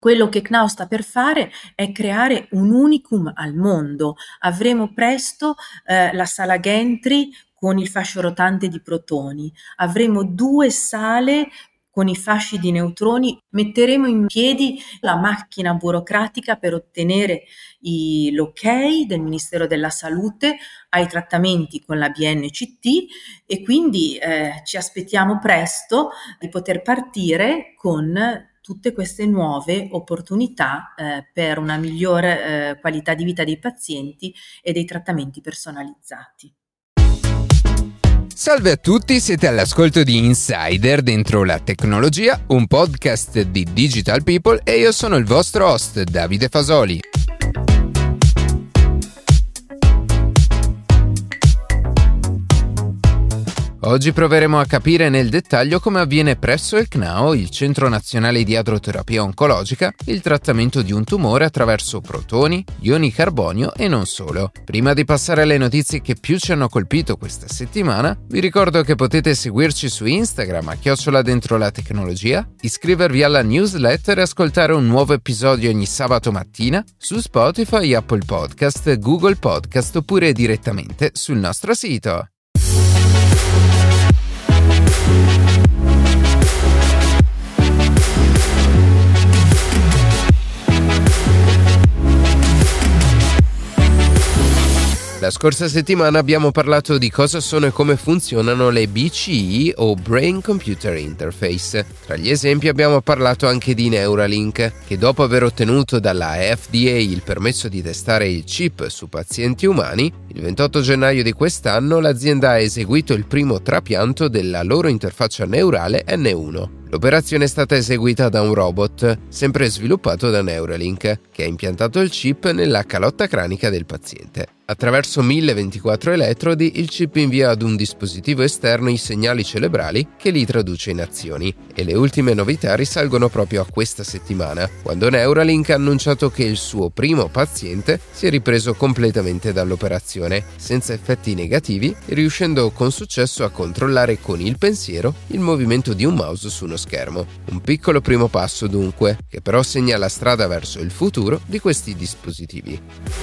Quello che CNAO sta per fare è creare un unicum al mondo. Avremo presto la sala Gantry con il fascio rotante di protoni, avremo 2 sale con i fasci di neutroni, metteremo in piedi la macchina burocratica per ottenere l'ok del Ministero della Salute ai trattamenti con la BNCT e quindi ci aspettiamo presto di poter partire con tutte queste nuove opportunità per una migliore qualità di vita dei pazienti e dei trattamenti personalizzati. Salve a tutti, siete all'ascolto di Insider dentro la tecnologia, un podcast di Digital People e io sono il vostro host Davide Fasoli. Oggi proveremo a capire nel dettaglio come avviene presso il CNAO, il Centro Nazionale di Adroterapia Oncologica, il trattamento di un tumore attraverso protoni, ioni carbonio e non solo. Prima di passare alle notizie che più ci hanno colpito questa settimana, vi ricordo che potete seguirci su Instagram @dentrolatecnologia, iscrivervi alla newsletter e ascoltare un nuovo episodio ogni sabato mattina su Spotify, Apple Podcast, Google Podcast oppure direttamente sul nostro sito. La scorsa settimana abbiamo parlato di cosa sono e come funzionano le BCI o Brain Computer Interface. Tra gli esempi abbiamo parlato anche di Neuralink, che dopo aver ottenuto dalla FDA il permesso di testare il chip su pazienti umani, il 28 gennaio di quest'anno l'azienda ha eseguito il primo trapianto della loro interfaccia neurale N1. L'operazione è stata eseguita da un robot, sempre sviluppato da Neuralink, che ha impiantato il chip nella calotta cranica del paziente. Attraverso 1024 elettrodi, il chip invia ad un dispositivo esterno i segnali cerebrali che li traduce in azioni. E le ultime novità risalgono proprio a questa settimana, quando Neuralink ha annunciato che il suo primo paziente si è ripreso completamente dall'operazione, senza effetti negativi, riuscendo con successo a controllare con il pensiero il movimento di un mouse su uno schermo. Un piccolo primo passo dunque, che però segna la strada verso il futuro di questi dispositivi.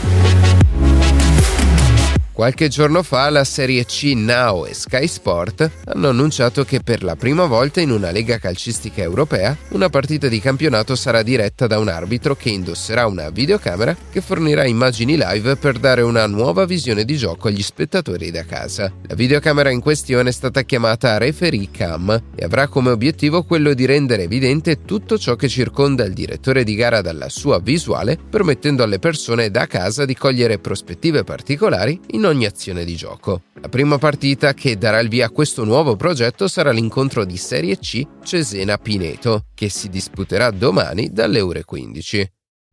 Qualche giorno fa la Serie C Now e Sky Sport hanno annunciato che per la prima volta in una lega calcistica europea una partita di campionato sarà diretta da un arbitro che indosserà una videocamera che fornirà immagini live per dare una nuova visione di gioco agli spettatori da casa. La videocamera in questione è stata chiamata Referee Cam e avrà come obiettivo quello di rendere evidente tutto ciò che circonda il direttore di gara dalla sua visuale, permettendo alle persone da casa di cogliere prospettive particolari in ogni azione di gioco. La prima partita che darà il via a questo nuovo progetto sarà l'incontro di Serie C Cesena-Pineto, che si disputerà domani dalle ore 15.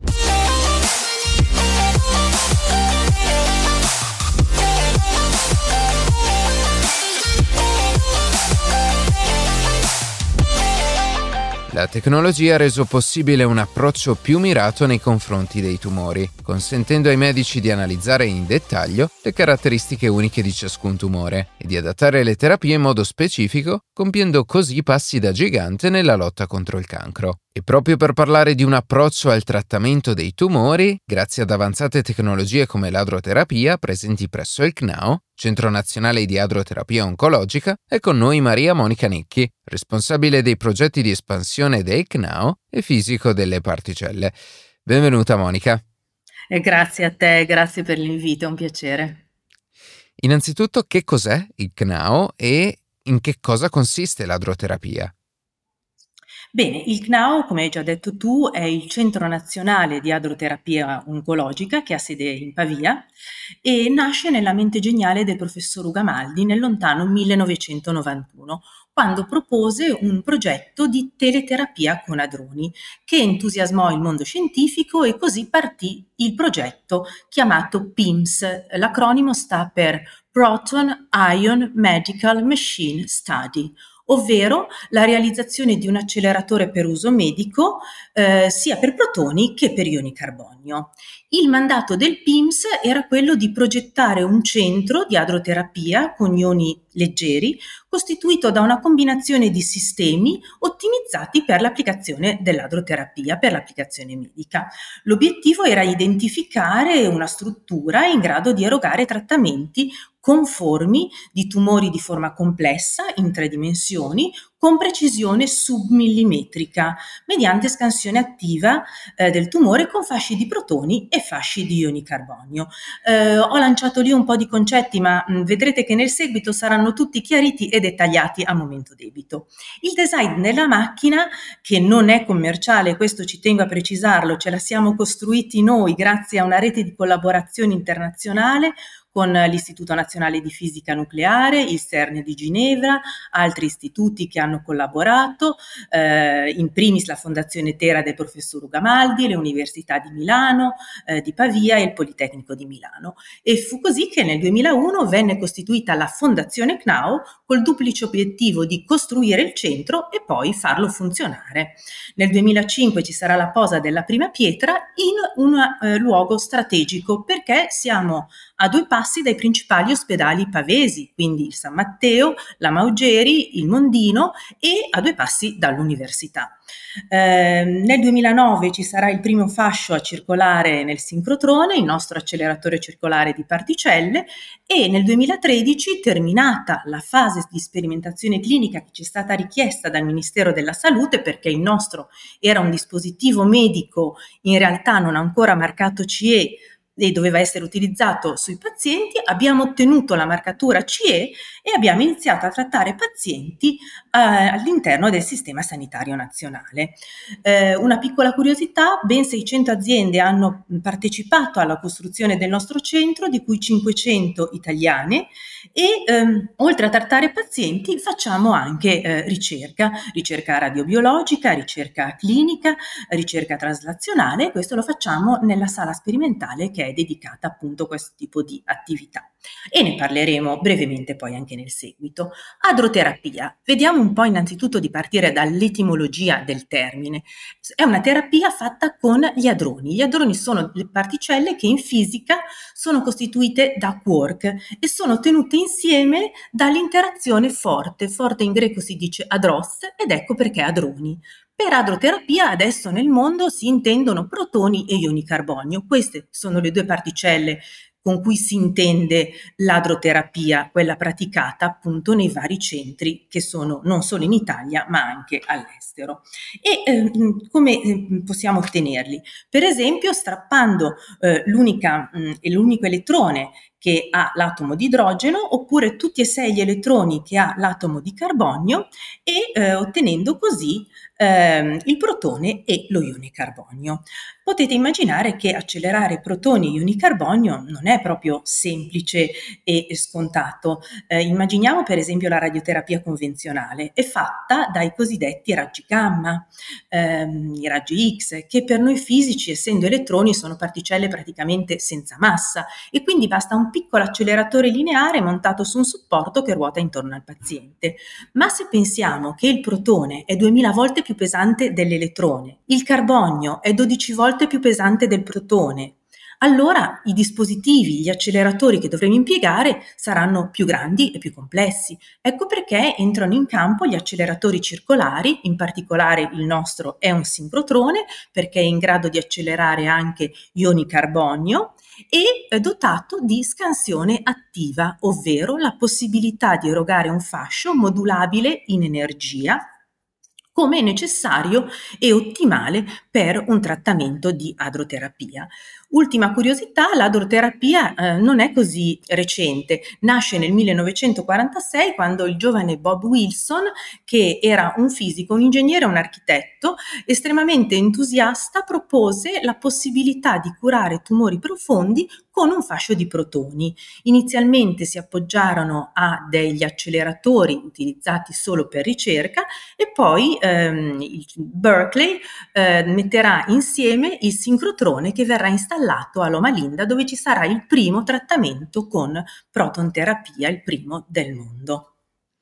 La tecnologia ha reso possibile un approccio più mirato nei confronti dei tumori, consentendo ai medici di analizzare in dettaglio le caratteristiche uniche di ciascun tumore e di adattare le terapie in modo specifico, compiendo così passi da gigante nella lotta contro il cancro. E proprio per parlare di un approccio al trattamento dei tumori, grazie ad avanzate tecnologie come l'adroterapia presenti presso il CNAO, Centro Nazionale di Adroterapia Oncologica, è con noi Maria Monica Necchi, responsabile dei progetti di espansione del CNAO e fisico delle particelle. Benvenuta Monica. Grazie a te, grazie per l'invito, è un piacere. Innanzitutto, che cos'è il CNAO e in che cosa consiste l'adroterapia? Bene, il CNAO, come hai già detto tu, è il Centro Nazionale di Adroterapia Oncologica che ha sede in Pavia e nasce nella mente geniale del professor Ugamaldi nel lontano 1991, quando propose un progetto di teleterapia con adroni che entusiasmò il mondo scientifico e così partì il progetto chiamato PIMS. L'acronimo sta per Proton Ion Medical Machine Study, ovvero la realizzazione di un acceleratore per uso medico sia per protoni che per ioni carbonio. Il mandato del PIMS era quello di progettare un centro di adroterapia con ioni leggeri, costituito da una combinazione di sistemi ottimizzati per l'applicazione dell'adroterapia, per l'applicazione medica. L'obiettivo era identificare una struttura in grado di erogare trattamenti conformi di tumori di forma complessa in 3 dimensioni con precisione submillimetrica mediante scansione attiva del tumore con fasci di protoni e fasci di ioni carbonio. Ho lanciato lì un po' di concetti, ma vedrete che nel seguito saranno tutti chiariti e dettagliati a momento debito. Il design della macchina, che non è commerciale, questo ci tengo a precisarlo, ce la siamo costruiti noi grazie a una rete di collaborazione internazionale con l'Istituto Nazionale di Fisica Nucleare, il CERN di Ginevra, altri istituti che hanno collaborato, in primis la Fondazione Tera del professor Ugamaldi, le università di Milano, di Pavia e il Politecnico di Milano. E fu così che nel 2001 venne costituita la Fondazione CNAO col duplice obiettivo di costruire il centro e poi farlo funzionare. Nel 2005 ci sarà la posa della prima pietra in un luogo strategico perché siamo a 2 passi dai principali ospedali pavesi, quindi il San Matteo, la Maugeri, il Mondino e a 2 passi dall'università. Nel 2009 ci sarà il primo fascio a circolare nel sincrotrone, il nostro acceleratore circolare di particelle, e nel 2013, terminata la fase di sperimentazione clinica che ci è stata richiesta dal Ministero della Salute, perché il nostro era un dispositivo medico in realtà non ancora marcato CE e doveva essere utilizzato sui pazienti, abbiamo ottenuto la marcatura CE e abbiamo iniziato a trattare pazienti all'interno del sistema sanitario nazionale. Una piccola curiosità, ben 600 aziende hanno partecipato alla costruzione del nostro centro, di cui 500 italiane, e oltre a trattare pazienti facciamo anche ricerca radiobiologica, ricerca clinica, ricerca traslazionale, e questo lo facciamo nella sala sperimentale che è dedicata appunto a questo tipo di attività. E ne parleremo brevemente poi anche nel seguito. Adroterapia. Vediamo un po' innanzitutto di partire dall'etimologia del termine. È una terapia fatta con gli adroni. Gli adroni sono le particelle che in fisica sono costituite da quark e sono tenute insieme dall'interazione forte. Forte in greco si dice adros ed ecco perché adroni. Per adroterapia adesso nel mondo si intendono protoni e ioni carbonio. Queste sono le 2 particelle con cui si intende l'adroterapia, quella praticata appunto nei vari centri che sono non solo in Italia ma anche all'estero. E come possiamo ottenerli? Per esempio strappando l'unico elettrone che ha l'atomo di idrogeno oppure tutti e 6 gli elettroni che ha l'atomo di carbonio e ottenendo così il protone e lo ione carbonio. Potete immaginare che accelerare protoni e ioni carbonio non è proprio semplice e scontato. Immaginiamo per esempio la radioterapia convenzionale, è fatta dai cosiddetti raggi gamma, i raggi X, che per noi fisici, essendo elettroni, sono particelle praticamente senza massa e quindi basta un piccolo acceleratore lineare montato su un supporto che ruota intorno al paziente. Ma se pensiamo che il protone è 2000 volte più pesante dell'elettrone, il carbonio è 12 volte più pesante del protone, allora i dispositivi, gli acceleratori che dovremo impiegare saranno più grandi e più complessi. Ecco perché entrano in campo gli acceleratori circolari, in particolare il nostro è un sincrotrone perché è in grado di accelerare anche ioni carbonio e è dotato di scansione attiva, ovvero la possibilità di erogare un fascio modulabile in energia come è necessario e ottimale per un trattamento di adroterapia. Ultima curiosità, l'adroterapia non è così recente, nasce nel 1946 quando il giovane Bob Wilson, che era un fisico, un ingegnere, un architetto, estremamente entusiasta, propose la possibilità di curare tumori profondi con un fascio di protoni. Inizialmente si appoggiarono a degli acceleratori utilizzati solo per ricerca e poi il Berkeley metterà insieme il sincrotrone che verrà installato a Loma Linda, dove ci sarà il primo trattamento con proton terapia, il primo del mondo.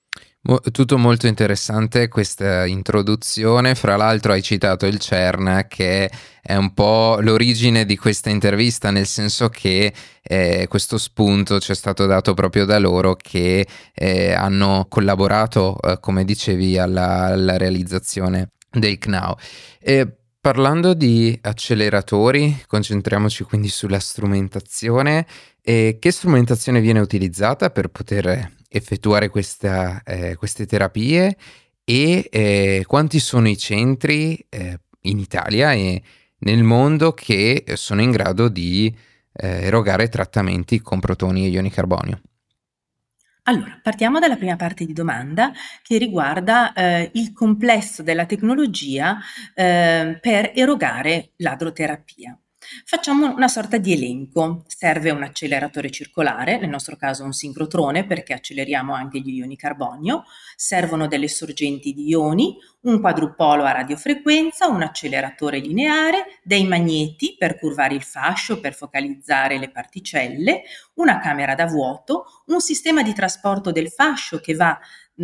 Tutto molto interessante questa introduzione, fra l'altro hai citato il CERN che è un po' l'origine di questa intervista, nel senso che questo spunto ci è stato dato proprio da loro che hanno collaborato, come dicevi, alla realizzazione del CNAO. Parlando di acceleratori, concentriamoci quindi sulla strumentazione. Che strumentazione viene utilizzata per poter effettuare queste terapie e quanti sono i centri in Italia e nel mondo che sono in grado di erogare trattamenti con protoni e ioni carbonio? Allora, partiamo dalla prima parte di domanda che riguarda il complesso della tecnologia per erogare l'adroterapia. Facciamo una sorta di elenco. Serve un acceleratore circolare, nel nostro caso un sincrotrone perché acceleriamo anche gli ioni carbonio, servono delle sorgenti di ioni, un quadrupolo a radiofrequenza, un acceleratore lineare, dei magneti per curvare il fascio, per focalizzare le particelle, una camera da vuoto, un sistema di trasporto del fascio che va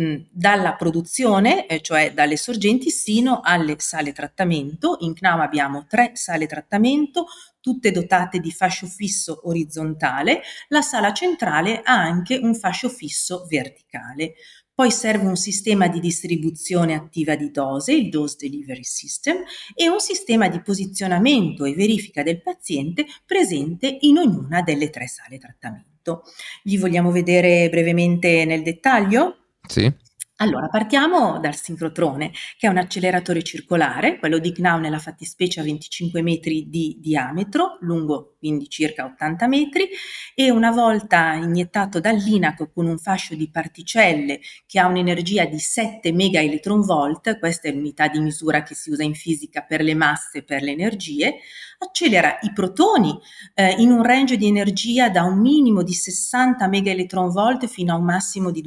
dalla produzione, cioè dalle sorgenti, sino alle sale trattamento. In CNAO abbiamo 3 sale trattamento, tutte dotate di fascio fisso orizzontale. La sala centrale ha anche un fascio fisso verticale. Poi serve un sistema di distribuzione attiva di dose, il Dose Delivery System, e un sistema di posizionamento e verifica del paziente presente in ognuna delle 3 sale trattamento. Li vogliamo vedere brevemente nel dettaglio? Sì. Allora, partiamo dal sincrotrone, che è un acceleratore circolare, quello di CNAO nella fattispecie a 25 metri di diametro, lungo quindi circa 80 metri, e una volta iniettato dall'INAC con un fascio di particelle che ha un'energia di 7 mega electron volt, questa è l'unità di misura che si usa in fisica per le masse e per le energie, accelera i protoni in un range di energia da un minimo di 60 mega electron volt fino a un massimo di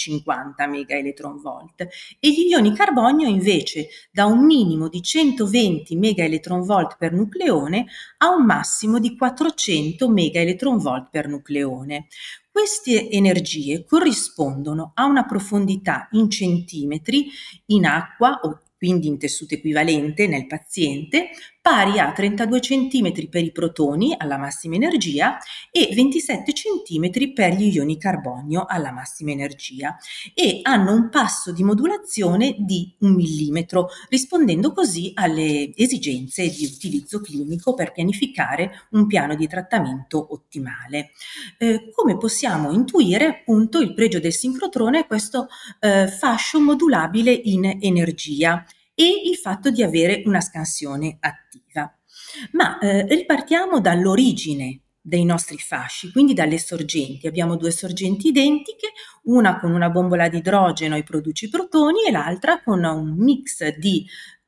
250 mega electron volt, e gli ioni carbonio invece da un minimo di 120 mega electron volt per nucleone a un massimo di 400 mega electron volt per nucleone. Queste energie corrispondono a una profondità in centimetri in acqua o quindi in tessuto equivalente nel paziente, pari a 32 cm per i protoni alla massima energia e 27 cm per gli ioni carbonio alla massima energia, e hanno un passo di modulazione di 1 millimetro, rispondendo così alle esigenze di utilizzo clinico per pianificare un piano di trattamento ottimale. Come possiamo intuire, appunto, il pregio del sincrotrone è questo fascio modulabile in energia e il fatto di avere una scansione attiva. Ma ripartiamo dall'origine dei nostri fasci, quindi dalle sorgenti. Abbiamo 2 sorgenti identiche, una con una bombola di idrogeno e produce i protoni e l'altra con un mix di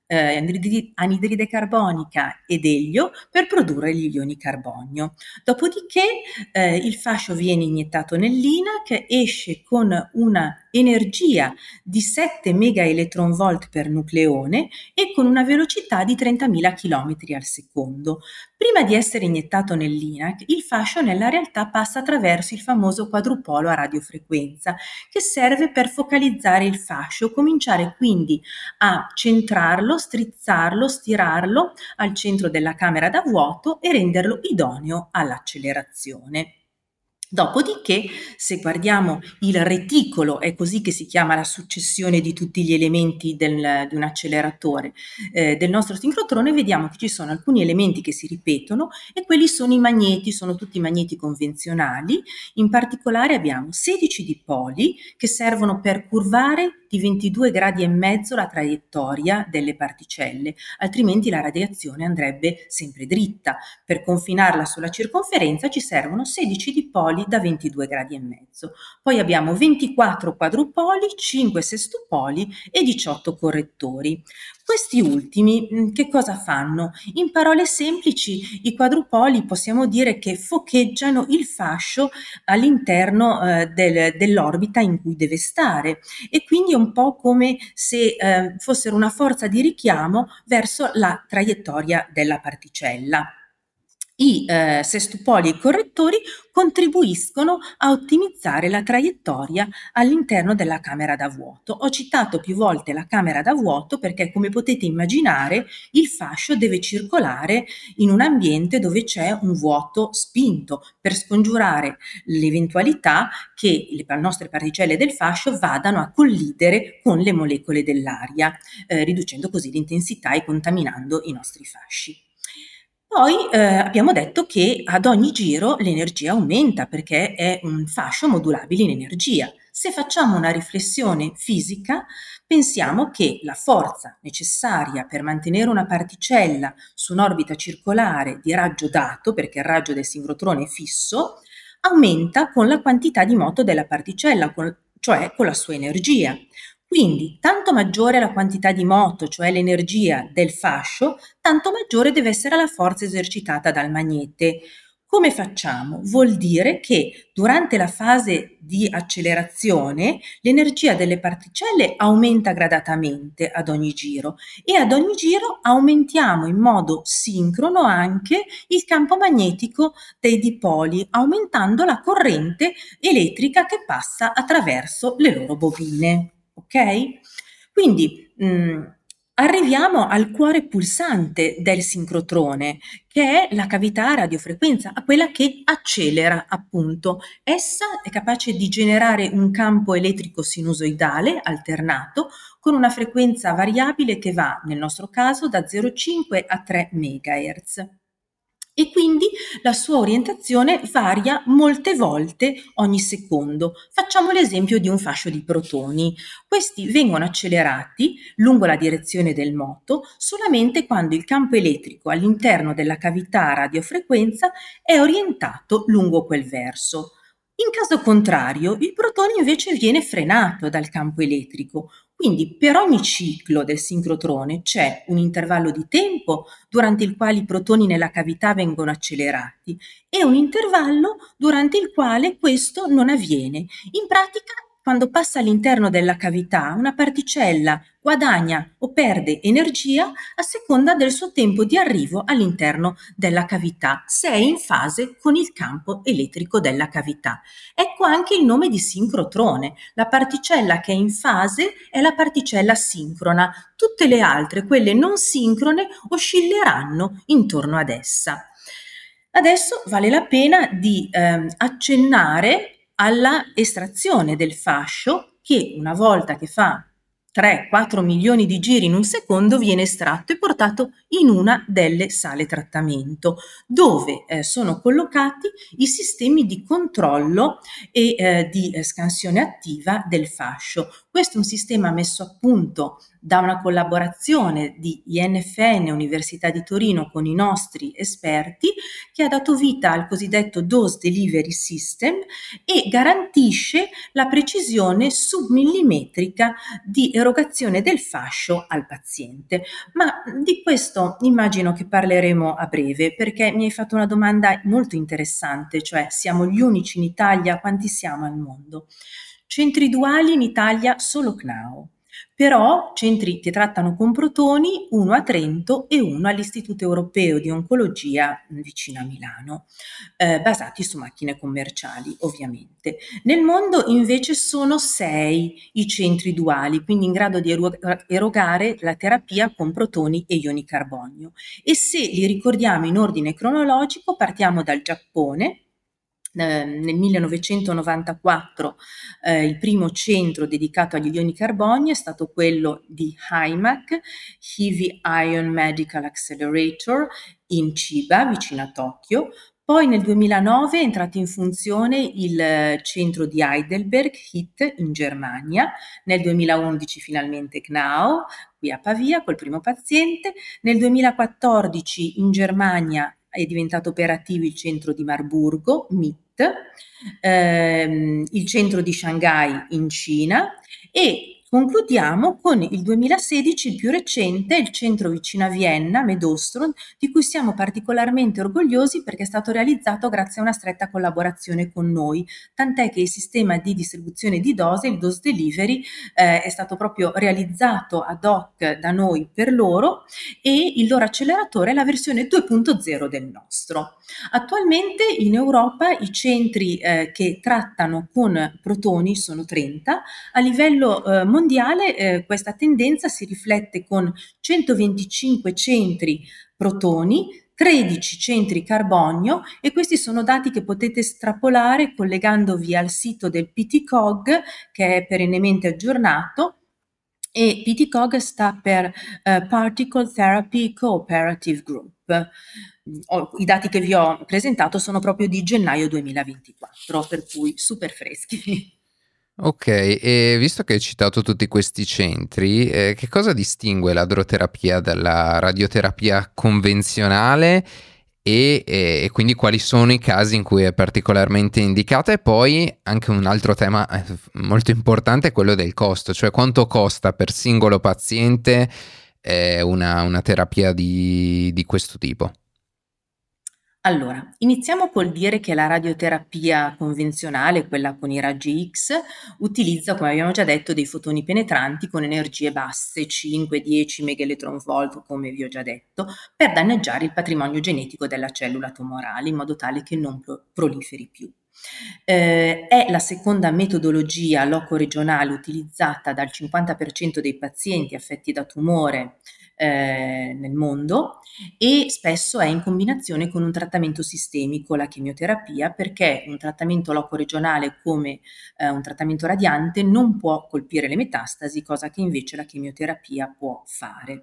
anidride carbonica ed elio per produrre gli ioni carbonio. Dopodiché il fascio viene iniettato nell'INAC, esce con una energia di 7 mega electron volt per nucleone e con una velocità di 30.000 km al secondo. Prima di essere iniettato nell'INAC, il fascio nella realtà passa attraverso il famoso quadrupolo a radiofrequenza, che serve per focalizzare il fascio, cominciare quindi a centrarlo, strizzarlo, stirarlo al centro della camera da vuoto e renderlo idoneo all'accelerazione. Dopodiché, se guardiamo il reticolo, è così che si chiama la successione di tutti gli elementi di un acceleratore del nostro sincrotrone, vediamo che ci sono alcuni elementi che si ripetono e quelli sono i magneti, sono tutti magneti convenzionali. In particolare abbiamo 16 dipoli che servono per curvare di 22 gradi e mezzo la traiettoria delle particelle, altrimenti la radiazione andrebbe sempre dritta. Per confinarla sulla circonferenza ci servono 16 dipoli da 22 gradi e mezzo. Poi abbiamo 24 quadrupoli, 5 sestupoli e 18 correttori. Questi ultimi che cosa fanno? In parole semplici, i quadrupoli possiamo dire che focheggiano il fascio all'interno dell'orbita in cui deve stare, e quindi è un po' come se fossero una forza di richiamo verso la traiettoria della particella. I sestupoli e i correttori contribuiscono a ottimizzare la traiettoria all'interno della camera da vuoto. Ho citato più volte la camera da vuoto perché, come potete immaginare, il fascio deve circolare in un ambiente dove c'è un vuoto spinto per scongiurare l'eventualità che le nostre particelle del fascio vadano a collidere con le molecole dell'aria, riducendo così l'intensità e contaminando i nostri fasci. Poi abbiamo detto che ad ogni giro l'energia aumenta perché è un fascio modulabile in energia. Se facciamo una riflessione fisica, pensiamo che la forza necessaria per mantenere una particella su un'orbita circolare di raggio dato, perché il raggio del sincrotrone è fisso, aumenta con la quantità di moto della particella, cioè con la sua energia. Quindi, tanto maggiore è la quantità di moto, cioè l'energia del fascio, tanto maggiore deve essere la forza esercitata dal magnete. Come facciamo? Vuol dire che durante la fase di accelerazione l'energia delle particelle aumenta gradatamente ad ogni giro e ad ogni giro aumentiamo in modo sincrono anche il campo magnetico dei dipoli, aumentando la corrente elettrica che passa attraverso le loro bobine. Ok? Quindi arriviamo al cuore pulsante del sincrotrone, che è la cavità a radiofrequenza, a quella che accelera appunto. Essa è capace di generare un campo elettrico sinusoidale alternato con una frequenza variabile che va, nel nostro caso, da 0,5 a 3 MHz. E quindi la sua orientazione varia molte volte ogni secondo. Facciamo l'esempio di un fascio di protoni. Questi vengono accelerati lungo la direzione del moto solamente quando il campo elettrico all'interno della cavità a radiofrequenza è orientato lungo quel verso. In caso contrario, il protone invece viene frenato dal campo elettrico. Quindi per ogni ciclo del sincrotrone c'è un intervallo di tempo durante il quale i protoni nella cavità vengono accelerati e un intervallo durante il quale questo non avviene. In pratica, quando passa all'interno della cavità, una particella guadagna o perde energia a seconda del suo tempo di arrivo all'interno della cavità, se è in fase con il campo elettrico della cavità. Ecco anche il nome di sincrotrone. La particella che è in fase è la particella sincrona. Tutte le altre, quelle non sincrone, oscilleranno intorno ad essa. Adesso vale la pena di accennare alla estrazione del fascio che una volta che fa 3-4 milioni di giri in un secondo viene estratto e portato in una delle sale trattamento dove sono collocati i sistemi di controllo e di scansione attiva del fascio. Questo è un sistema messo a punto da una collaborazione di INFN Università di Torino con i nostri esperti che ha dato vita al cosiddetto Dose Delivery System e garantisce la precisione submillimetrica di erogazione del fascio al paziente. Ma di questo immagino che parleremo a breve perché mi hai fatto una domanda molto interessante, cioè siamo gli unici in Italia, quanti siamo al mondo? Centri duali in Italia solo CNAO. Però centri che trattano con protoni, uno a Trento e uno all'Istituto Europeo di Oncologia vicino a Milano, basati su macchine commerciali ovviamente. Nel mondo invece sono 6 i centri duali, quindi in grado di erogare la terapia con protoni e ioni carbonio. E se li ricordiamo in ordine cronologico, partiamo dal Giappone. Nel 1994 il primo centro dedicato agli ioni carbonio è stato quello di HIMAC, Heavy Ion Medical Accelerator, in Chiba, vicino a Tokyo. Poi nel 2009 è entrato in funzione il centro di Heidelberg, HIT, in Germania. Nel 2011 finalmente CNAO, qui a Pavia, col primo paziente. Nel 2014 in Germania è diventato operativo il centro di Marburgo, MIT, il centro di Shanghai in Cina e Concludiamo con il 2016, il più recente, il centro vicino a Vienna, Medostron, di cui siamo particolarmente orgogliosi perché è stato realizzato grazie a una stretta collaborazione con noi, tant'è che il sistema di distribuzione di dose, il dose delivery, è stato proprio realizzato ad hoc da noi per loro, e il loro acceleratore è la versione 2.0 del nostro. Attualmente in Europa i centri che trattano con protoni sono 30. A livello mondiale questa tendenza si riflette con 125 centri protoni, 13 centri carbonio, e questi sono dati che potete estrapolare collegandovi al sito del PTCOG, che è perennemente aggiornato, e PTCOG sta per Particle Therapy Cooperative Group. I dati che vi ho presentato sono proprio di gennaio 2024, per cui super freschi. Ok, e visto che hai citato tutti questi centri, che cosa distingue l'adroterapia dalla radioterapia convenzionale e quindi quali sono i casi in cui è particolarmente indicata? E poi anche un altro tema molto importante è quello del costo, cioè quanto costa per singolo paziente una terapia di questo tipo? Allora, iniziamo col dire che la radioterapia convenzionale, quella con i raggi X, utilizza, come abbiamo già detto, dei fotoni penetranti con energie basse, 5-10 megaelectronvolt, come vi ho già detto, per danneggiare il patrimonio genetico della cellula tumorale in modo tale che non proliferi più. È la seconda metodologia loco-regionale utilizzata dal 50% dei pazienti affetti da tumore nel mondo, e spesso è in combinazione con un trattamento sistemico, la chemioterapia, perché un trattamento loco-regionale come un trattamento radiante non può colpire le metastasi, cosa che invece la chemioterapia può fare.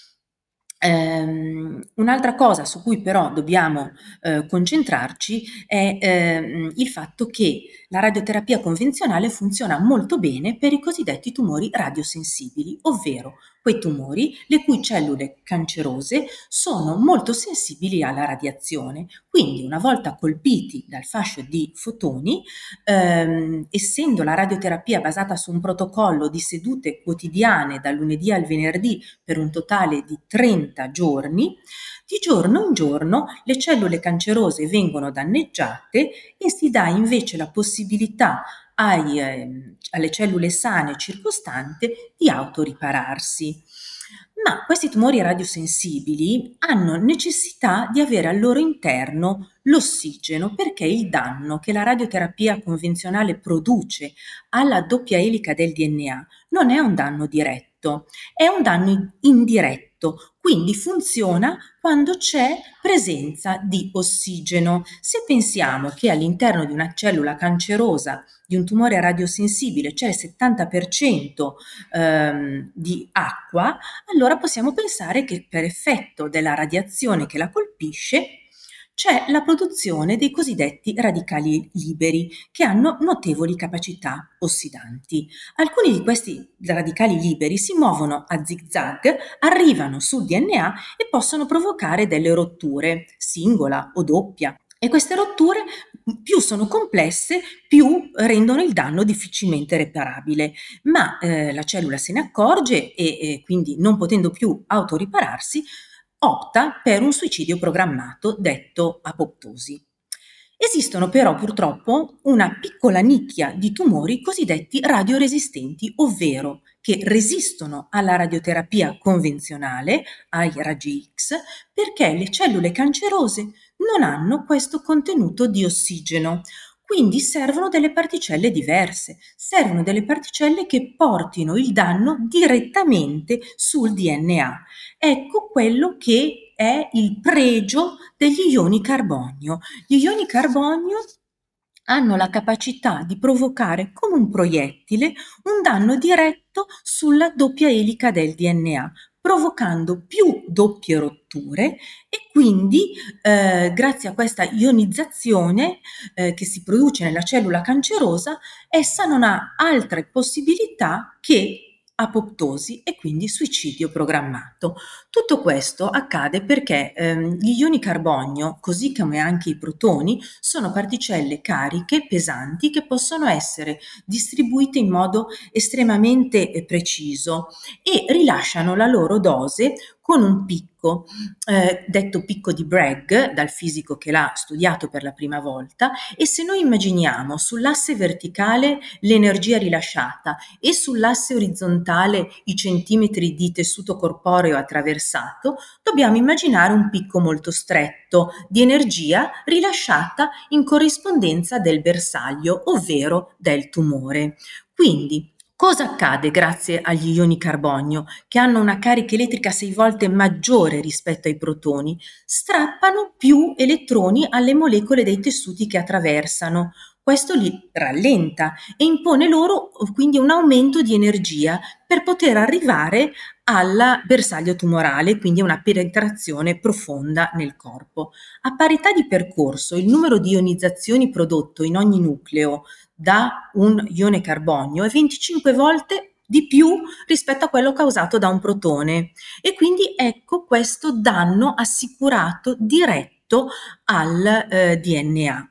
Un'altra cosa su cui però dobbiamo concentrarci è il fatto che la radioterapia convenzionale funziona molto bene per i cosiddetti tumori radiosensibili, ovvero quei tumori le cui cellule cancerose sono molto sensibili alla radiazione. Quindi, una volta colpiti dal fascio di fotoni, essendo la radioterapia basata su un protocollo di sedute quotidiane dal lunedì al venerdì per un totale di 30 giorni, di giorno in giorno le cellule cancerose vengono danneggiate e si dà invece la possibilità alle cellule sane circostanti di autoripararsi. Ma questi tumori radiosensibili hanno necessità di avere al loro interno l'ossigeno, perché il danno che la radioterapia convenzionale produce alla doppia elica del DNA non è un danno diretto, è un danno indiretto, quindi funziona quando c'è presenza di ossigeno. Se pensiamo che all'interno di una cellula cancerosa di un tumore radiosensibile c'è il 70% di acqua, allora possiamo pensare che per effetto della radiazione che la colpisce c'è la produzione dei cosiddetti radicali liberi, che hanno notevoli capacità ossidanti. Alcuni di questi radicali liberi si muovono a zigzag, arrivano sul DNA e possono provocare delle rotture, singola o doppia. E queste rotture più sono complesse, più rendono il danno difficilmente reparabile, ma la cellula se ne accorge e quindi, non potendo più autoripararsi, opta per un suicidio programmato, detto apoptosi. Esistono però purtroppo una piccola nicchia di tumori cosiddetti radioresistenti, ovvero che resistono alla radioterapia convenzionale, ai raggi X, perché le cellule cancerose non hanno questo contenuto di ossigeno. Quindi servono delle particelle diverse, servono delle particelle che portino il danno direttamente sul DNA. Ecco quello che è il pregio degli ioni carbonio. Gli ioni carbonio hanno la capacità di provocare come un proiettile un danno diretto sulla doppia elica del DNA, provocando più doppie rotture, e quindi grazie a questa ionizzazione che si produce nella cellula cancerosa, essa non ha altre possibilità che apoptosi e quindi suicidio programmato. Tutto questo accade perché gli ioni carbonio, così come anche i protoni, sono particelle cariche, pesanti, che possono essere distribuite in modo estremamente preciso e rilasciano la loro dose con un picco, detto picco di Bragg, dal fisico che l'ha studiato per la prima volta, e se noi immaginiamo sull'asse verticale l'energia rilasciata e sull'asse orizzontale i centimetri di tessuto corporeo attraversato, dobbiamo immaginare un picco molto stretto di energia rilasciata in corrispondenza del bersaglio, ovvero del tumore. Quindi, cosa accade grazie agli ioni carbonio, che hanno una carica elettrica 6 volte maggiore rispetto ai protoni? Strappano più elettroni alle molecole dei tessuti che attraversano. Questo li rallenta e impone loro quindi un aumento di energia per poter arrivare al bersaglio tumorale, quindi una penetrazione profonda nel corpo. A parità di percorso, il numero di ionizzazioni prodotto in ogni nucleo da un ione carbonio è 25 volte di più rispetto a quello causato da un protone, e quindi ecco questo danno assicurato diretto al DNA.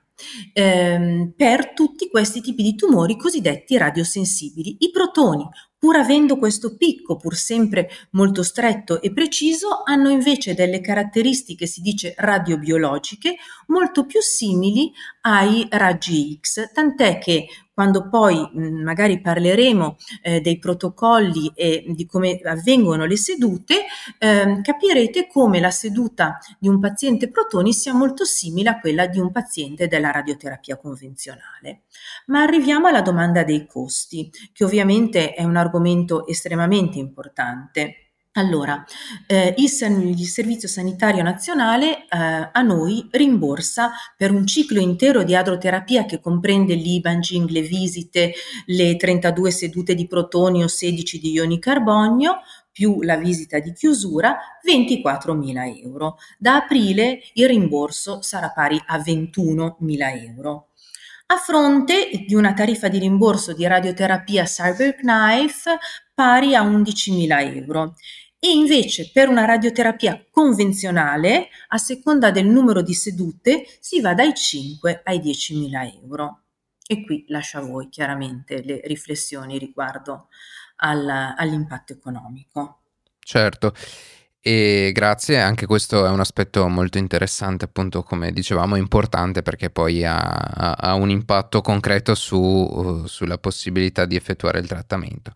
Per tutti questi tipi di tumori cosiddetti radiosensibili. I protoni, pur avendo questo picco, pur sempre molto stretto e preciso, hanno invece delle caratteristiche, si dice radiobiologiche, molto più simili ai raggi X, tant'è che quando poi magari parleremo dei protocolli e di come avvengono le sedute, capirete come la seduta di un paziente protoni sia molto simile a quella di un paziente della radioterapia convenzionale. Ma arriviamo alla domanda dei costi, che ovviamente è un argomento estremamente importante. Allora, il Servizio Sanitario Nazionale a noi rimborsa per un ciclo intero di adroterapia che comprende l'imaging, le visite, le 32 sedute di protoni o 16 di ioni carbonio, più la visita di chiusura, 24.000 euro. Da aprile il rimborso sarà pari a 21.000 euro. A fronte di una tariffa di rimborso di radioterapia CyberKnife pari a 11.000 euro. E invece per una radioterapia convenzionale, a seconda del numero di sedute, si va dai 5 ai 10.000 euro. E qui lascio a voi chiaramente le riflessioni riguardo all'impatto economico. Certo, e grazie, anche questo è un aspetto molto interessante, appunto, come dicevamo, importante perché poi ha un impatto concreto sulla possibilità di effettuare il trattamento.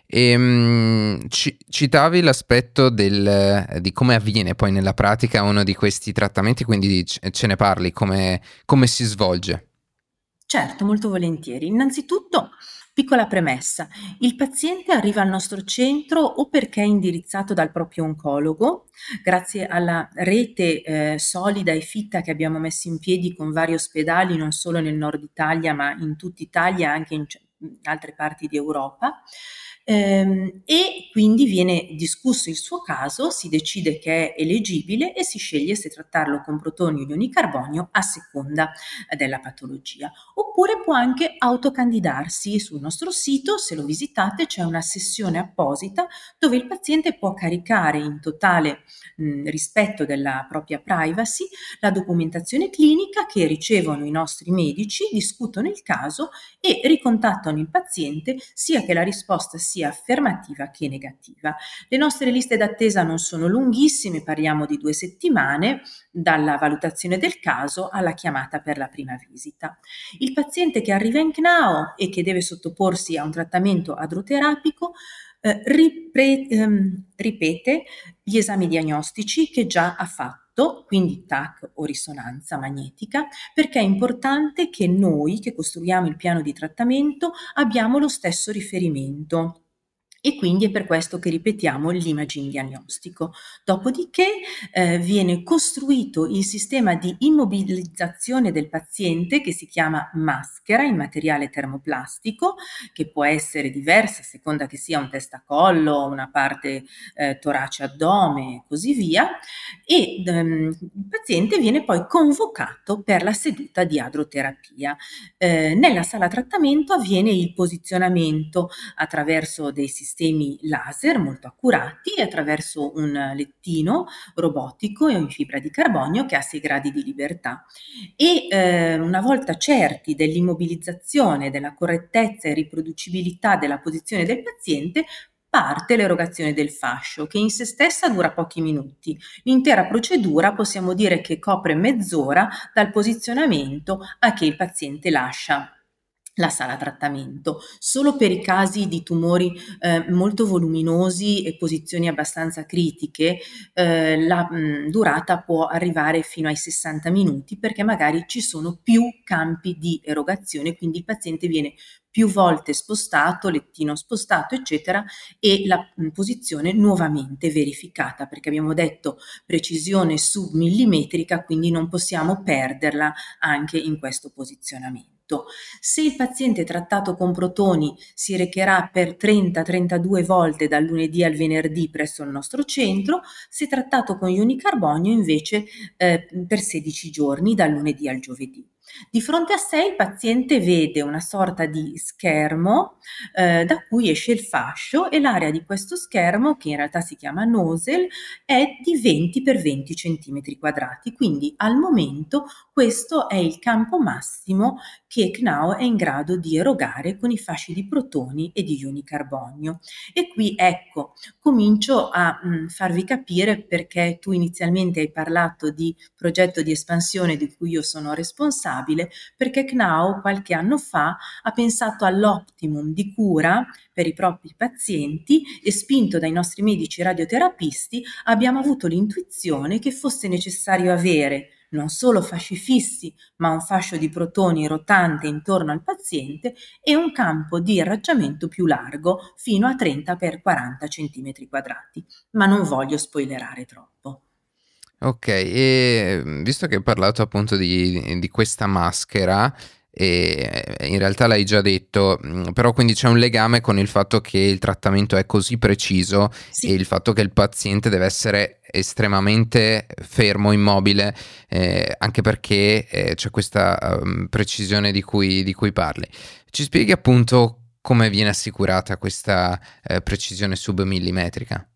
Citavi l'aspetto di come avviene poi nella pratica uno di questi trattamenti, quindi ce ne parli, come si svolge? Certo, molto volentieri. Innanzitutto, piccola premessa, il paziente arriva al nostro centro o perché è indirizzato dal proprio oncologo, grazie alla rete solida e fitta che abbiamo messo in piedi con vari ospedali, non solo nel nord Italia, ma in tutta Italia, anche in altre parti di Europa. E quindi viene discusso il suo caso, si decide che è eleggibile e si sceglie se trattarlo con protoni o ioni carbonio a seconda della patologia. Oppure può anche autocandidarsi sul nostro sito, se lo visitate c'è una sessione apposita dove il paziente può caricare in totale rispetto della propria privacy la documentazione clinica che ricevono i nostri medici, discutono il caso e ricontattano il paziente sia che la risposta sia affermativa che negativa. Le nostre liste d'attesa non sono lunghissime, parliamo di 2 settimane dalla valutazione del caso alla chiamata per la prima visita. Il paziente che arriva in CNAO e che deve sottoporsi a un trattamento adroterapico ripete gli esami diagnostici che già ha fatto, quindi TAC o risonanza magnetica, perché è importante che noi che costruiamo il piano di trattamento abbiamo lo stesso riferimento. E quindi è per questo che ripetiamo l'imaging diagnostico. Dopodiché viene costruito il sistema di immobilizzazione del paziente che si chiama maschera in materiale termoplastico, che può essere diversa a seconda che sia un testacollo, una parte torace-addome e così via, e il paziente viene poi convocato per la seduta di adroterapia. Nella sala trattamento avviene il posizionamento attraverso dei sistemi sistemi laser molto accurati attraverso un lettino robotico in fibra di carbonio che ha 6 gradi di libertà e una volta certi dell'immobilizzazione, della correttezza e riproducibilità della posizione del paziente, parte l'erogazione del fascio, che in sé stessa dura pochi minuti. L'intera procedura possiamo dire che copre mezz'ora dal posizionamento a che il paziente lascia la sala trattamento. Solo per i casi di tumori molto voluminosi e posizioni abbastanza critiche la durata può arrivare fino ai 60 minuti perché magari ci sono più campi di erogazione, quindi il paziente viene più volte spostato, lettino spostato, eccetera, e la posizione nuovamente verificata, perché abbiamo detto precisione submillimetrica, quindi non possiamo perderla anche in questo posizionamento. Se il paziente trattato con protoni si recherà per 30-32 volte dal lunedì al venerdì presso il nostro centro, se trattato con ioni carbonio invece per 16 giorni dal lunedì al giovedì. Di fronte a sé il paziente vede una sorta di schermo da cui esce il fascio e l'area di questo schermo, che in realtà si chiama nozzle, è di 20 per 20 centimetri quadrati. Quindi al momento questo è il campo massimo che CNAO è in grado di erogare con i fasci di protoni e di ioni carbonio. E qui ecco, comincio a farvi capire perché tu inizialmente hai parlato di progetto di espansione di cui io sono responsabile, perché CNAO qualche anno fa ha pensato all'optimum di cura per i propri pazienti e spinto dai nostri medici radioterapisti abbiamo avuto l'intuizione che fosse necessario avere non solo fasci fissi, ma un fascio di protoni rotante intorno al paziente e un campo di irraggiamento più largo, fino a 30 per 40 centimetri quadrati. Ma non voglio spoilerare troppo. Ok, e visto che hai parlato appunto di questa maschera, e in realtà l'hai già detto, però quindi c'è un legame con il fatto che il trattamento è così preciso e Sì. il fatto che il paziente deve essere estremamente fermo, immobile, anche perché c'è questa precisione di cui parli. Ci spieghi appunto come viene assicurata questa precisione submillimetrica?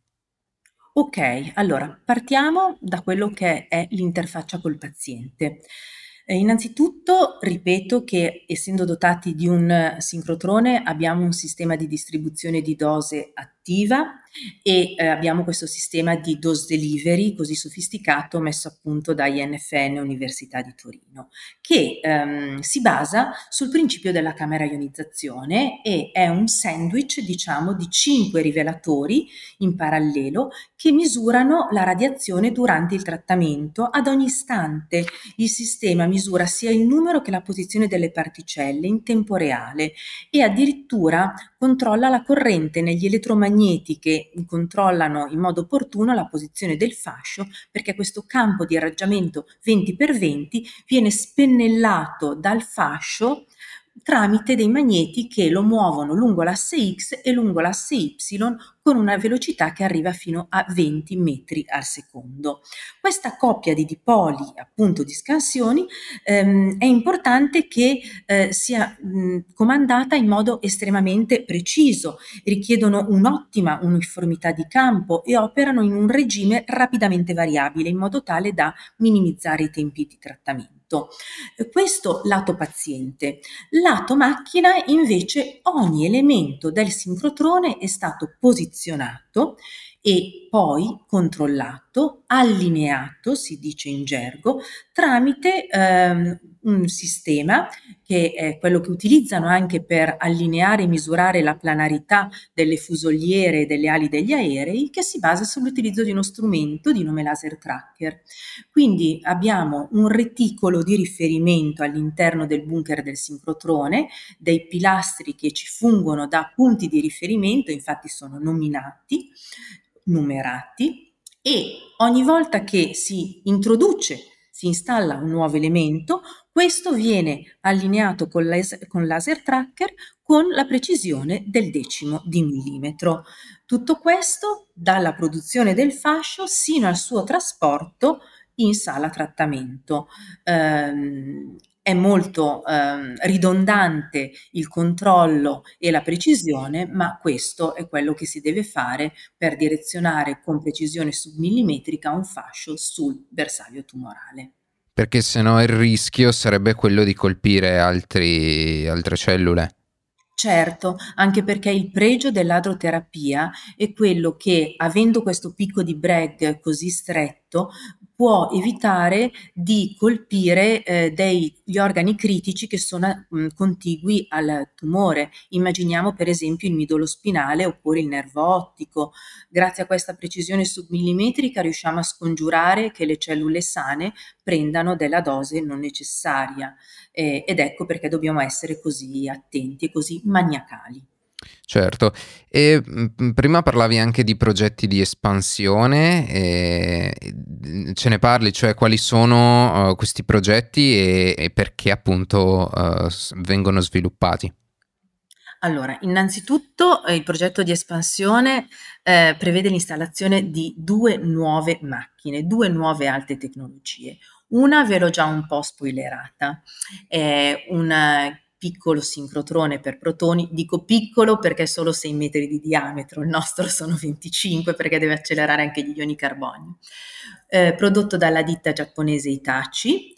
Ok, allora partiamo da quello che è l'interfaccia col paziente. Innanzitutto ripeto che essendo dotati di un sincrotrone abbiamo un sistema di distribuzione di dose attiva e abbiamo questo sistema di dose delivery così sofisticato messo a punto da INFN Università di Torino, che si basa sul principio della camera ionizzazione e è un sandwich, diciamo, di 5 rivelatori in parallelo che misurano la radiazione durante il trattamento. Ad ogni istante il sistema misura sia il numero che la posizione delle particelle in tempo reale e addirittura controlla la corrente negli elettromagneti che controllano in modo opportuno la posizione del fascio, perché questo campo di irraggiamento 20 per 20 viene spennellato dal fascio tramite dei magneti che lo muovono lungo l'asse X e lungo l'asse Y con una velocità che arriva fino a 20 metri al secondo. Questa coppia di dipoli, appunto di scansioni, è importante che sia comandata in modo estremamente preciso, richiedono un'ottima uniformità di campo e operano in un regime rapidamente variabile in modo tale da minimizzare i tempi di trattamento. Questo lato paziente. Lato macchina invece ogni elemento del sincrotrone è stato posizionato e poi controllato, allineato, si dice in gergo, tramite un sistema che è quello che utilizzano anche per allineare e misurare la planarità delle fusoliere e delle ali degli aerei, che si basa sull'utilizzo di uno strumento di nome laser tracker. Quindi abbiamo un reticolo di riferimento all'interno del bunker del sincrotrone, dei pilastri che ci fungono da punti di riferimento, infatti sono nominati, numerati, e ogni volta che si introduce, si installa un nuovo elemento, questo viene allineato con laser tracker con la precisione del decimo di millimetro. Tutto questo dalla produzione del fascio sino al suo trasporto in sala trattamento. È molto ridondante il controllo e la precisione, ma questo è quello che si deve fare per direzionare con precisione submillimetrica un fascio sul bersaglio tumorale. Perché sennò il rischio sarebbe quello di colpire altre cellule. Certo, anche perché il pregio dell'adroterapia è quello che, avendo questo picco di Bragg così stretto, può evitare di colpire degli organi critici che sono contigui al tumore. Immaginiamo per esempio il midollo spinale oppure il nervo ottico. Grazie a questa precisione submillimetrica riusciamo a scongiurare che le cellule sane prendano della dose non necessaria. Ed ecco perché dobbiamo essere così attenti e così maniacali. Certo, e prima parlavi anche di progetti di espansione, ce ne parli, cioè quali sono questi progetti e perché appunto vengono sviluppati? Allora, innanzitutto il progetto di espansione prevede l'installazione di 2 nuove macchine, 2 nuove alte tecnologie. Una ve l'ho già un po' spoilerata, è un piccolo sincrotrone per protoni. Dico piccolo perché è solo 6 metri di diametro, il nostro sono 25 perché deve accelerare anche gli ioni carbonio. Prodotto dalla ditta giapponese Hitachi.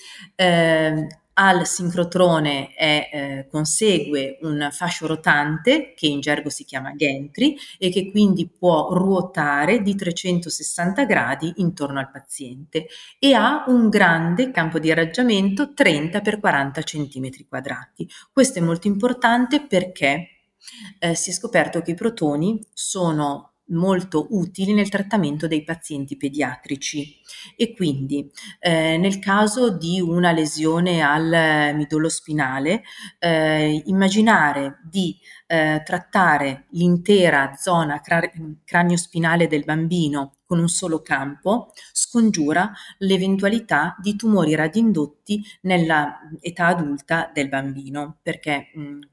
Al sincrotrone consegue un fascio rotante che in gergo si chiama gantry e che quindi può ruotare di 360 gradi intorno al paziente e ha un grande campo di irraggiamento 30 x 40 centimetri quadrati. Questo è molto importante perché si è scoperto che i protoni sono molto utili nel trattamento dei pazienti pediatrici e quindi nel caso di una lesione al midollo spinale, immaginare di trattare l'intera zona craniospinale del bambino con un solo campo scongiura l'eventualità di tumori radioindotti nella età adulta del bambino, perché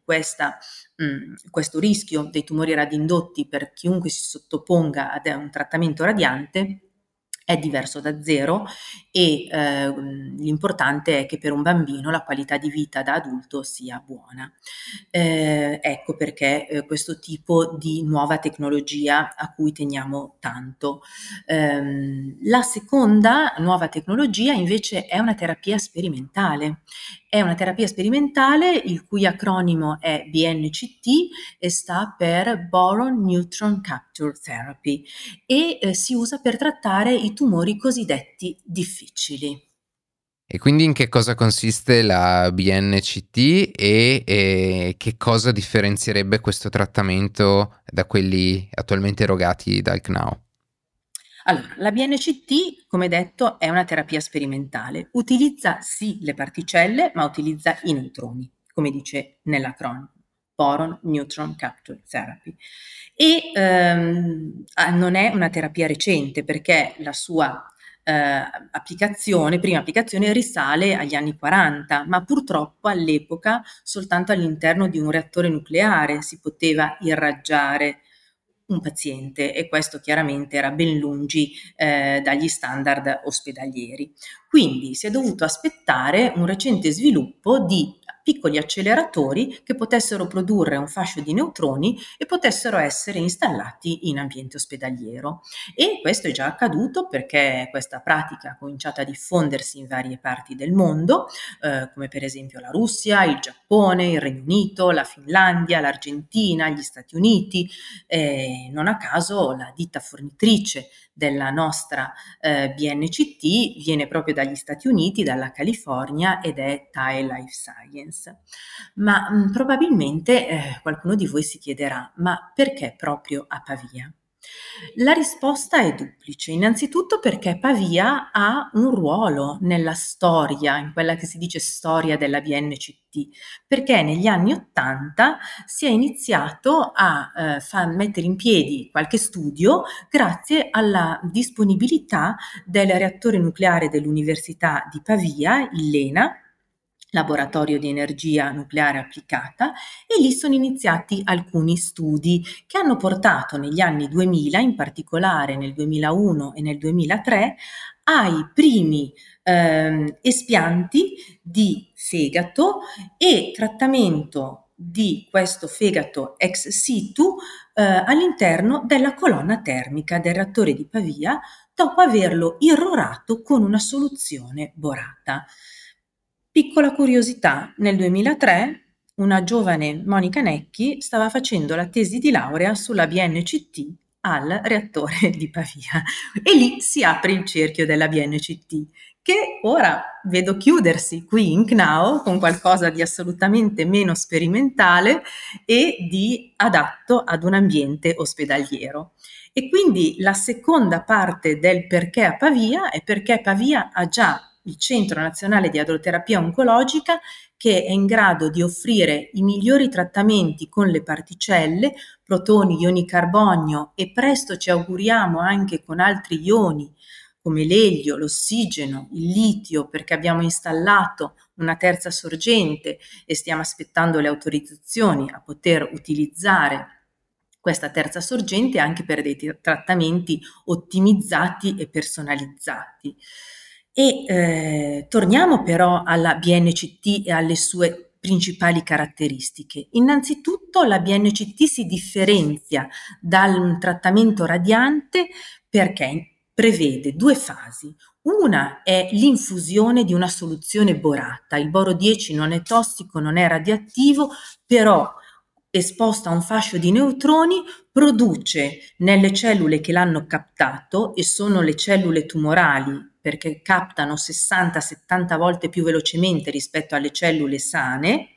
questo rischio dei tumori radioindotti per chiunque si sottoponga ad un trattamento radiante è diverso da zero e l'importante è che per un bambino la qualità di vita da adulto sia buona. Ecco perché questo tipo di nuova tecnologia a cui teniamo tanto. La seconda nuova tecnologia invece è una terapia sperimentale. È una terapia sperimentale il cui acronimo è BNCT e sta per Boron Neutron Capture Therapy e si usa per trattare i tumori cosiddetti difficili. E quindi in che cosa consiste la BNCT e che cosa differenzierebbe questo trattamento da quelli attualmente erogati dal CNAO? Allora, la BNCT, come detto, è una terapia sperimentale. Utilizza sì le particelle, ma utilizza i neutroni, come dice nell'acronimo. Boron Neutron Capture Therapy. E non è una terapia recente perché la sua prima applicazione risale agli anni 40, ma purtroppo all'epoca soltanto all'interno di un reattore nucleare si poteva irraggiare un paziente e questo chiaramente era ben lungi dagli standard ospedalieri. Quindi si è dovuto aspettare un recente sviluppo di piccoli acceleratori che potessero produrre un fascio di neutroni e potessero essere installati in ambiente ospedaliero. E questo è già accaduto perché questa pratica ha cominciato a diffondersi in varie parti del mondo, come per esempio la Russia, il Giappone, il Regno Unito, la Finlandia, l'Argentina, gli Stati Uniti. Non a caso la ditta fornitrice della nostra BNCT viene proprio dagli Stati Uniti, dalla California ed è TAE Life Science. Ma probabilmente qualcuno di voi si chiederà, ma perché proprio a Pavia? La risposta è duplice. Innanzitutto perché Pavia ha un ruolo nella storia, in quella che si dice storia della BNCT, perché negli anni '80 si è iniziato a mettere in piedi qualche studio grazie alla disponibilità del reattore nucleare dell'Università di Pavia, il LENA, Laboratorio di Energia Nucleare Applicata, e lì sono iniziati alcuni studi che hanno portato negli anni 2000, in particolare nel 2001 e nel 2003, ai primi espianti di fegato e trattamento di questo fegato ex situ all'interno della colonna termica del reattore di Pavia, dopo averlo irrorato con una soluzione borata. Piccola curiosità, nel 2003 una giovane Monica Necchi stava facendo la tesi di laurea sulla BNCT al reattore di Pavia e lì si apre il cerchio della BNCT, che ora vedo chiudersi qui in CNAO con qualcosa di assolutamente meno sperimentale e di adatto ad un ambiente ospedaliero. E quindi la seconda parte del perché a Pavia è perché Pavia ha già il Centro Nazionale di Adroterapia Oncologica, che è in grado di offrire i migliori trattamenti con le particelle, protoni, ioni carbonio e presto ci auguriamo anche con altri ioni come l'elio, l'ossigeno, il litio, perché abbiamo installato una terza sorgente e stiamo aspettando le autorizzazioni a poter utilizzare questa terza sorgente anche per dei trattamenti ottimizzati e personalizzati. E torniamo però alla BNCT e alle sue principali caratteristiche. Innanzitutto la BNCT si differenzia dal trattamento radiante perché prevede due fasi. Una è l'infusione di una soluzione borata. Il boro 10 non è tossico, non è radioattivo, però esposto a un fascio di neutroni produce nelle cellule che l'hanno captato, e sono le cellule tumorali perché captano 60-70 volte più velocemente rispetto alle cellule sane,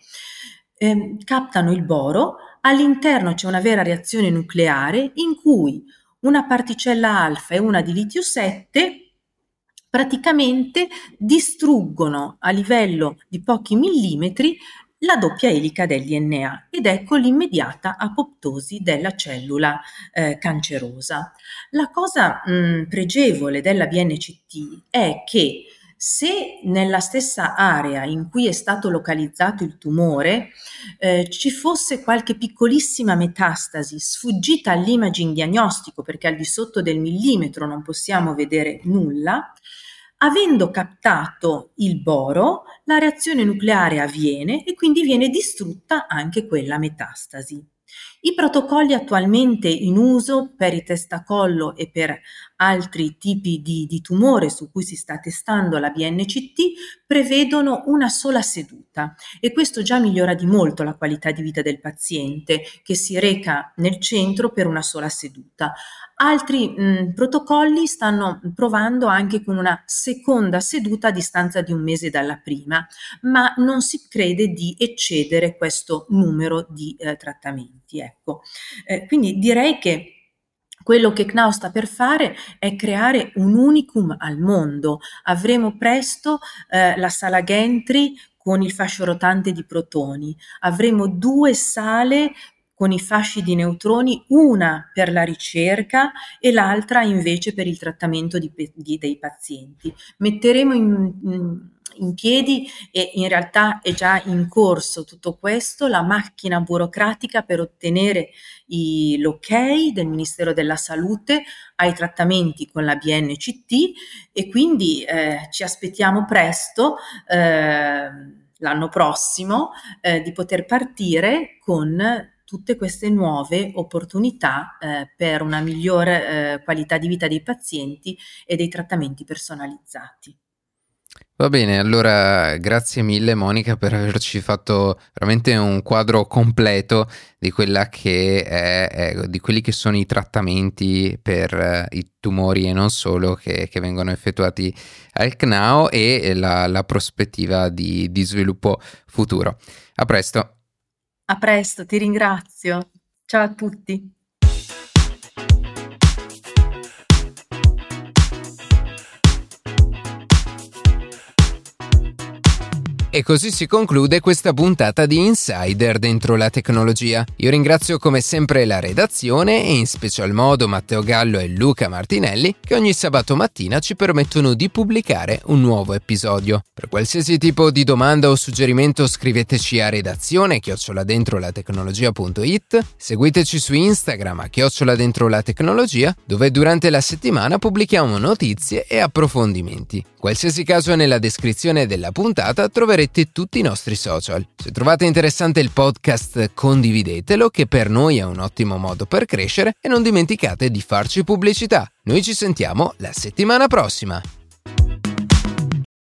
captano il boro, all'interno c'è una vera reazione nucleare in cui una particella alfa e una di litio 7 praticamente distruggono a livello di pochi millimetri la doppia elica del DNA ed ecco l'immediata apoptosi della cellula cancerosa. La cosa pregevole della BNCT è che se nella stessa area in cui è stato localizzato il tumore ci fosse qualche piccolissima metastasi sfuggita all'imaging diagnostico, perché al di sotto del millimetro non possiamo vedere nulla, avendo captato il boro, la reazione nucleare avviene e quindi viene distrutta anche quella metastasi. I protocolli attualmente in uso per i testacollo e per altri tipi di tumore su cui si sta testando la BNCT prevedono una sola seduta e questo già migliora di molto la qualità di vita del paziente che si reca nel centro per una sola seduta. Altri protocolli stanno provando anche con una seconda seduta a distanza di un mese dalla prima, ma non si crede di eccedere questo numero di trattamenti. Ecco. Quindi direi che quello che CNAO sta per fare è creare un unicum al mondo. Avremo presto la sala Gentry con il fascio rotante di protoni, avremo 2 sale con i fasci di neutroni, una per la ricerca e l'altra invece per il trattamento dei pazienti. Metteremo in piedi, e in realtà è già in corso tutto questo, la macchina burocratica per ottenere l'ok del Ministero della Salute ai trattamenti con la BNCT e quindi ci aspettiamo presto l'anno prossimo di poter partire con tutte queste nuove opportunità per una migliore qualità di vita dei pazienti e dei trattamenti personalizzati. Va bene, allora grazie mille Monica per averci fatto veramente un quadro completo di quella che è di quelli che sono i trattamenti per i tumori e non solo che vengono effettuati al CNAO e la prospettiva di sviluppo futuro. A presto. A presto, ti ringrazio. Ciao a tutti. E così si conclude questa puntata di Insider dentro la tecnologia. Io ringrazio come sempre la redazione e in special modo Matteo Gallo e Luca Martinelli che ogni sabato mattina ci permettono di pubblicare un nuovo episodio. Per qualsiasi tipo di domanda o suggerimento scriveteci a redazione@dentrolatecnologia.it, seguiteci su Instagram @dentrolatecnologia, dove durante la settimana pubblichiamo notizie e approfondimenti. Qualsiasi caso, nella descrizione della puntata troverete tutti i nostri social. Se trovate interessante il podcast, condividetelo, che per noi è un ottimo modo per crescere, e non dimenticate di farci pubblicità. Noi ci sentiamo la settimana prossima.